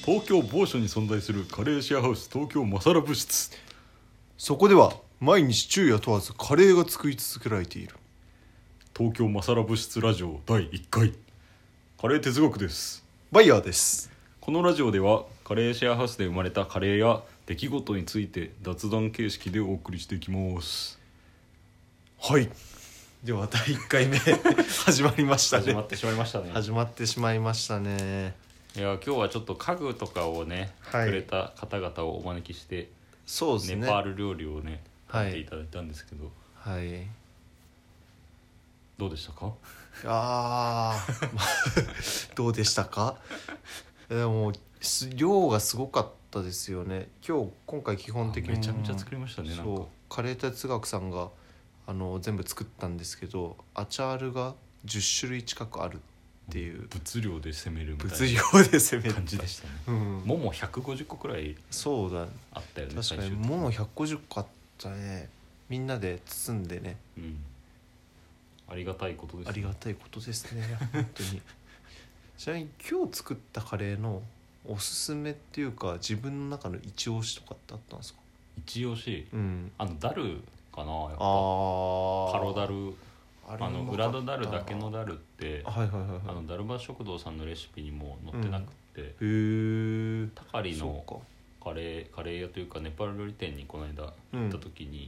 東京某所に存在するカレーシェアハウス東京マサラ部室。 そこでは毎日昼夜問わずカレーが作り続けられている。 東京マサラ部室ラジオ第1回カレー哲学です。 バイヤーです。 このラジオではカレーシェアハウスで生まれたカレーや出来事について雑談形式でお送りしていきます。 はい、では第1回目始まりましたね。 始まってしまいましたね。 始まってしまいましたね。 いや今日はちょっと家具とかをね、 はいくれた方々をお招きしてそうですね。 ネパール料理をねはい食べていただいたんですけど、 はい。 どうでしたか？ どうでしたか？でも量がすごかったですよね。今回基本的にめちゃめちゃ作りましたね。なんかそうカレー哲学さんが全部作ったんですけど、アチャールが10種類近くあるっていう物量で攻めるみたいな物量で攻める感じでしたね。 うん、 桃150個くらいそうだ、 あったよね。 確かに桃150個あったね。みんなで包んでね、 うん、ありがたいことですね。 ありがたいことですね本当に。ちなみに今日作ったカレーのおすすめっていうか自分の中の一押しとかってあったんですか？ 一押し、ダルかな、やっぱカロダル、グラドダルだけのダルって、 はいはいはいはい、 ダルバ食堂さんのレシピにも載ってなくて、 へえ。 タカリのカレー屋というかネパール料理店にこの間行った時に、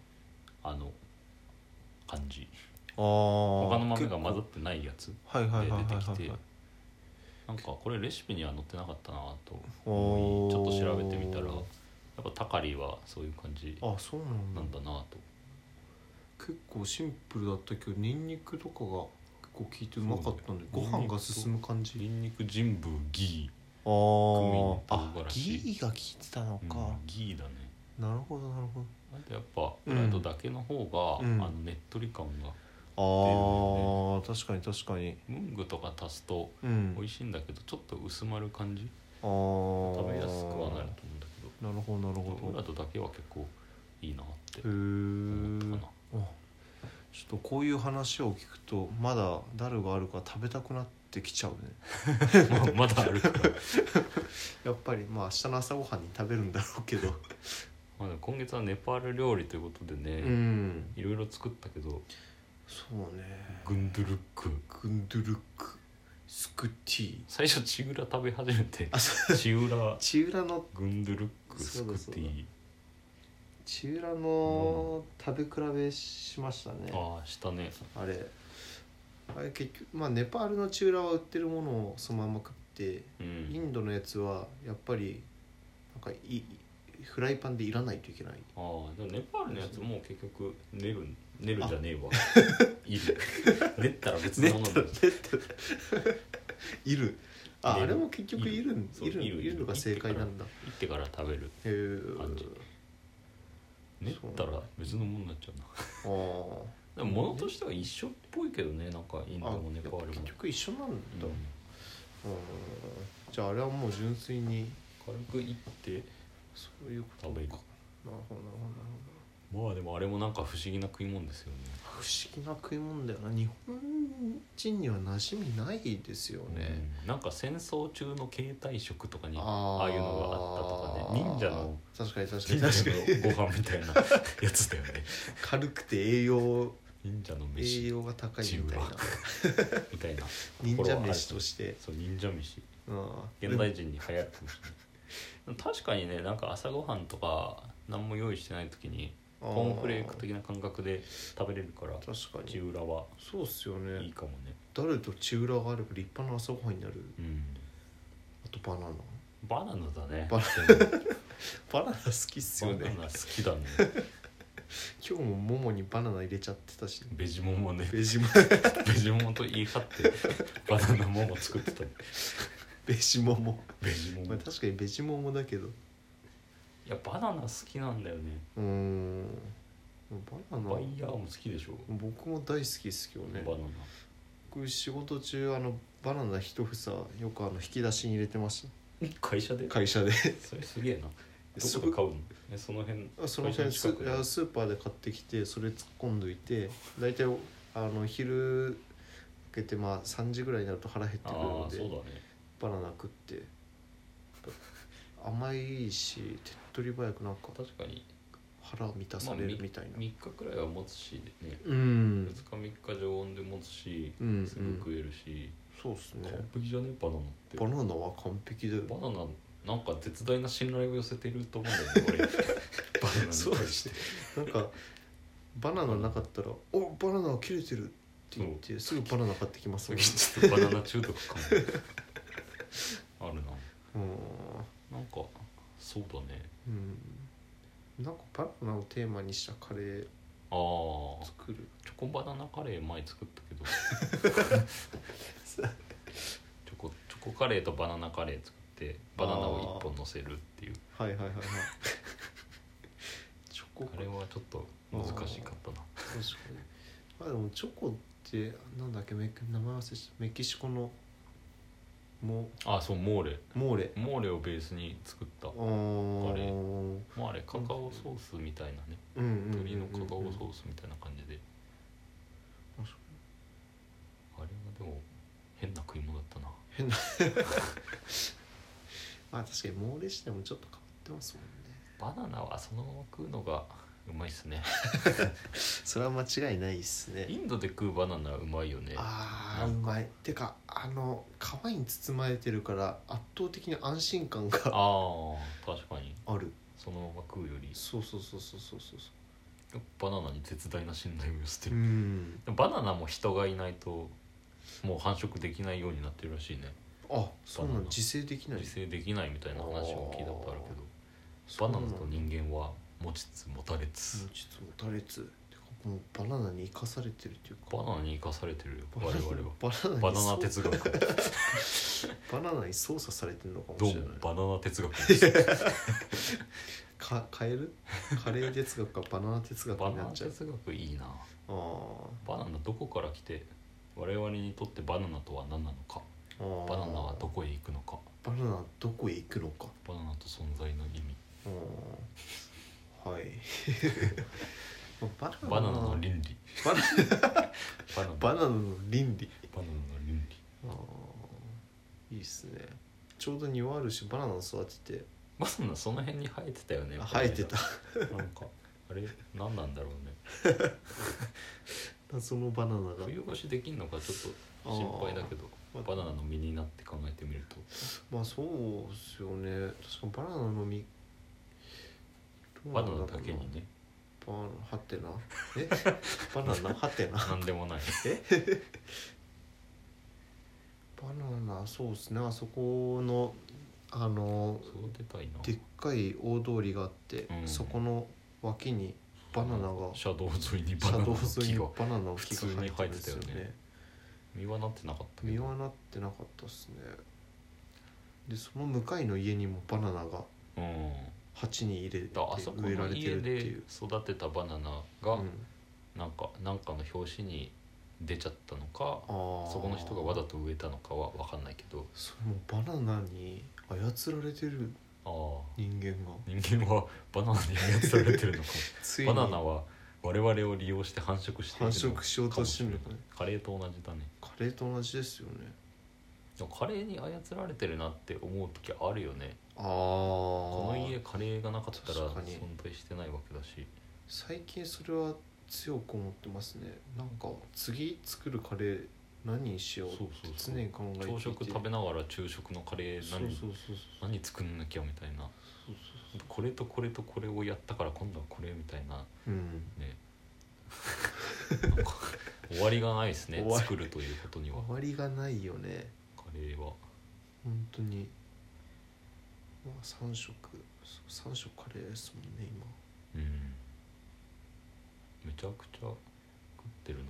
感じ、他の豆が混ざってないやつで出てきて、なんかこれレシピには載ってなかったなと思い、ちょっと調べてみたらやっぱタカリはそういう感じなんだなと。 結構シンプルだったけどニンニクとかが結構効いてうまかったんで、ご飯が進む感じ。 ニンニク、ジンブー、ギー、 クミン、ギーが効いてたのか、 ギーだね。 なるほどなるほど。 あとやっぱグラドだけの方が、ねっとり感が出るよね。確かに確かに。 ムングとか足すと美味しいんだけど、ちょっと薄まる感じ、食べやすくはなると思うんだけど、 なるほどなるほど。 グラドだけは結構いいなって思ったかな。 ちょっとこういう話を聞くとまだダルがあるから食べたくなってきちゃうねまだあるからやっぱり明日の朝ごはんに食べるんだろうけど今月はネパール料理ということでね、いろいろ作ったけど、 そうね、 グンドゥルック、 スクティー、 最初チウラ食べ始めてチウラのグンドゥルック、スクティー、 チウラの食べ比べしましたね。 したね。 あれ結局ネパールのチウラは売ってるものをそのまま食って、インドのやつはやっぱりなんかフライパンでいらないといけない。 でもネパールのやつも結局練るじゃねえわいる練ったら別のものだいる。あれも結局いるのが正解なんだ。 いってから食べる感じ。練ったら別のものになっちゃうなでも物としては一緒っぽいけどね、なんかインドもネパールも結局一緒なんだ。じゃああれはもう純粋に軽くいってそういうこと食べる。 なるほどなるほど。 でもあれもなんか不思議な食い物ですよね。 不思議な食い物だよな。日本人には馴染みないですよね。 なんか戦争中の携帯食とかにああいうのがあったとかね、忍者の確かにご飯みたいなやつだよね軽くて栄養が高いみたいな忍者飯として。 そう、忍者飯、現代人に流行るかもしれない。確かにね、なんか朝ごはんとか何も用意してない時にコーンフレーク的な感覚で食べれるから、 確かにチウラはそうっすよね。 いいかもね。 ダルとチウラがあれば立派な朝ごはんになる。あとバナナだね。 バナナ好きっすよね。 バナナ好きだね今日もももにバナナ入れちゃってたし、 ベジモモね。 ベジモと言い張ってバナナモモ作ってたベジモモ確かにベジモモだけど、 いやバナナ好きなんだよね。 バナナバイヤーも好きでしょ。 僕も大好きですけどね。 バナナ僕仕事中バナナ一房よく引き出しに入れてました。 会社でそれすげえな。どこで買うの？その辺スーパーで買ってきてそれ突っ込んどいて、だいたい昼けて3時ぐらいになると腹減ってくるので、バナナ食って甘いし手っ取り早くなんか確かに腹満たされるみたいな、 3日くらいは持つしね、 うん、 2日3日常温で持つし、 うん、 すぐ食えるし、 そうっすね。 完璧じゃねバナナって。 バナナは完璧だよ。 バナナなんか絶大な信頼を寄せてると思うんだよね俺バナナに対してなんかバナナなかったら「おバナナ切れてる」って言ってすぐバナナ買ってきますもん。 ちょっとバナナ中毒かもあるな。なんかそうだね、 なんかバナナをテーマにしたカレー作る。 チョコバナナカレー前作ったけどチョコカレーとバナナカレー作ってバナナを1本乗せるっていう。 はいはいはいはいチョコあれはちょっと難しかったな。 確かに。でもチョコってなんだっけ、名前忘れした。メキシコのそうモーレをベースに作ったカレー。あれカカオソースみたいなね、鶏のカカオソースみたいな感じで、あれはでも変な食い物だったな。 変な確かにモーレしてもちょっと変わってますもんね。 バナナはそのまま食うのがうまいっすねそれは間違いないっすね。 インドで食うバナナうまいよね。 うまい。てか皮に包まれてるから圧倒的に安心感が確かにある。 そのまま食うよりそうバナナに絶大な信頼を寄せてる。バナナも人がいないともう繁殖できないようになってるらしいね。 そうなん自生できないみたいな話を聞いたことあるけど、バナナと人間は持ちつ持たれつ。もうバナナに生かされてるっていうか。 バナナに生かされてるよ我々は。 バナナ哲学バナナに操作されてるのかもしれない。 どうもバナナ哲学です変えるカレー哲学かバナナ哲学になっちゃう。 バナナ哲学いいな。バナナどこから来て我々にとってバナナとは何なのか、バナナはどこへ行くのか、 バナナどこへ行くのか、 バナナと存在の意味。 はいバナナの倫理バナナの倫理いいっすね。ちょうど庭あるしバナナ育てて。 バナナその辺に生えてたよね。 生えてたなんかあれ何なんだろうねそのバナナが冬越しできんのかちょっと心配だけど、バナナの実になって考えてみるとそうっすよね。確かバナナの実バナナだけにね。 はてなバナナはてななんでもないバナナそうっすね。あそこの育てたいな。 でっかい大通りがあって、そこの脇にバナナが車道沿いにバナナの木が普通に生えてたよね。 実はなってなかったけど。 実はなってなかったっすね。でその向かいの家にもバナナが鉢に入れて植えられてるっていう。 育てたバナナがなんかの拍子に出ちゃったのか、そこの人がわざと植えたのかは分かんないけど、 そのバナナに操られてる人間はバナナに操られてるのかバナナは我々を利用して繁殖しているのかもしれない。繁殖しようとしてるのかね。カレーと同じだね。 カレーと同じですよね。 カレーに操られてるなって思う時あるよね。この家カレーがなかったら存在してないわけだし。 最近それは強く思ってますね。なんか次作るカレー何にしようって常に考えていて、 朝食食べながら昼食のカレー何作んなきゃみたいな。これとこれとこれをやったから今度はこれみたいな、ねなんか終わりがないですね作るということには。 終わりがないよねカレーは。 本当に3食カレーですもんね今。 めちゃくちゃ食ってるな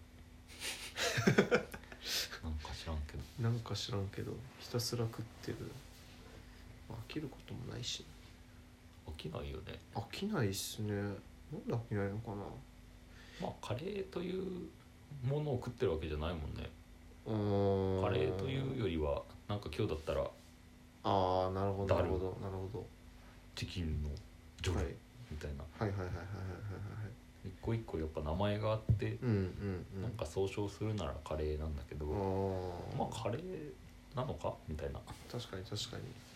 なんか知らんけどひたすら食ってる。飽きることもないし、 飽きないよね。 飽きないっすね。なんで飽きないのかな。 カレーというものを食ってるわけじゃないもんね。カレーというよりはなんか今日だったらなるほどチキンのジョルみたいな、一個一個やっぱ名前があって、なんか総称するならカレーなんだけど、カレーなのかみたいな。 確かに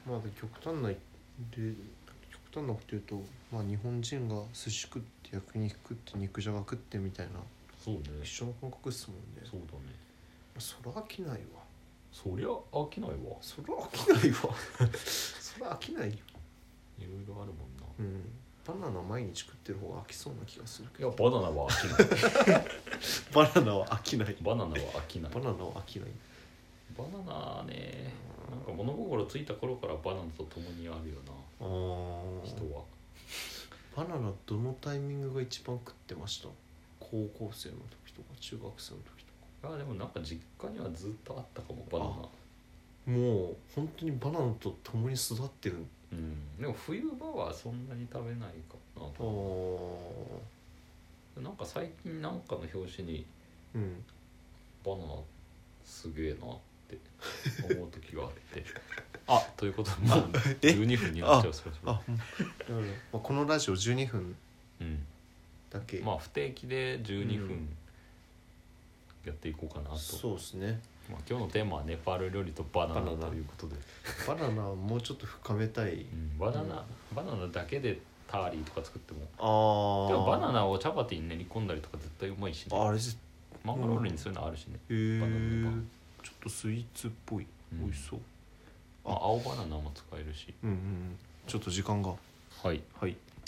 まあ極端なこと言うと、まあ、日本人が寿司食って焼肉食って肉じゃが食ってみたいな、 そうね、 一緒の感覚っすもんね。 そうだね。 そりゃ飽きないわ。 そりゃ飽きないわ。 そりゃ飽きないわそりゃ飽きないよ。 いろいろあるもんな。 うん。バナナ毎日食ってる方が飽きそうな気がするけど。いやバナナは飽きないバナナは飽きない。 バナナは飽きない。 バナナは飽きない。 バナナね、なんか物心ついた頃からバナナと共にあるよな。人は。 バナナどのタイミングが一番食ってました？高校生の時とか中学生の時とか。 でもなんか実家にはずっとあったかもバナナ。 もう本当にバナナと共に育ってる。 うん、でも冬場はそんなに食べないかなと。なんか最近なんかの表紙に、バナナすげえなって思う時があってということでまあ12分になっちゃう。 このラジオ12分だけ、 まあ不定期で12分やっていこうかなと。 そうですね。 まあ、今日のテーマはネパール料理とバナナということで、 バナナはもうちょっと深めたい、 バナナだけでターリーとか作っても。 でもバナナをチャパティに練り込んだりとか絶対うまいしね。 あれマンガロールにそういうのあるしね。 バナナちょっとスイーツっぽい、美味しそう。 青バナナも使えるし。 ちょっと時間がはいでは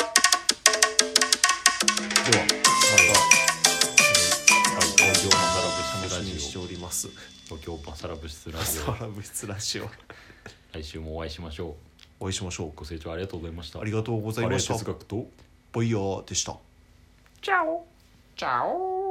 また東京マサラ物質ラジオしております。 東京マサラ物質ラジオマサラ物質ラジオ来週もお会いしましょう。 ご清聴ありがとうございました。 ありがとうございました。 バイヤーでした。 チャオチャオ。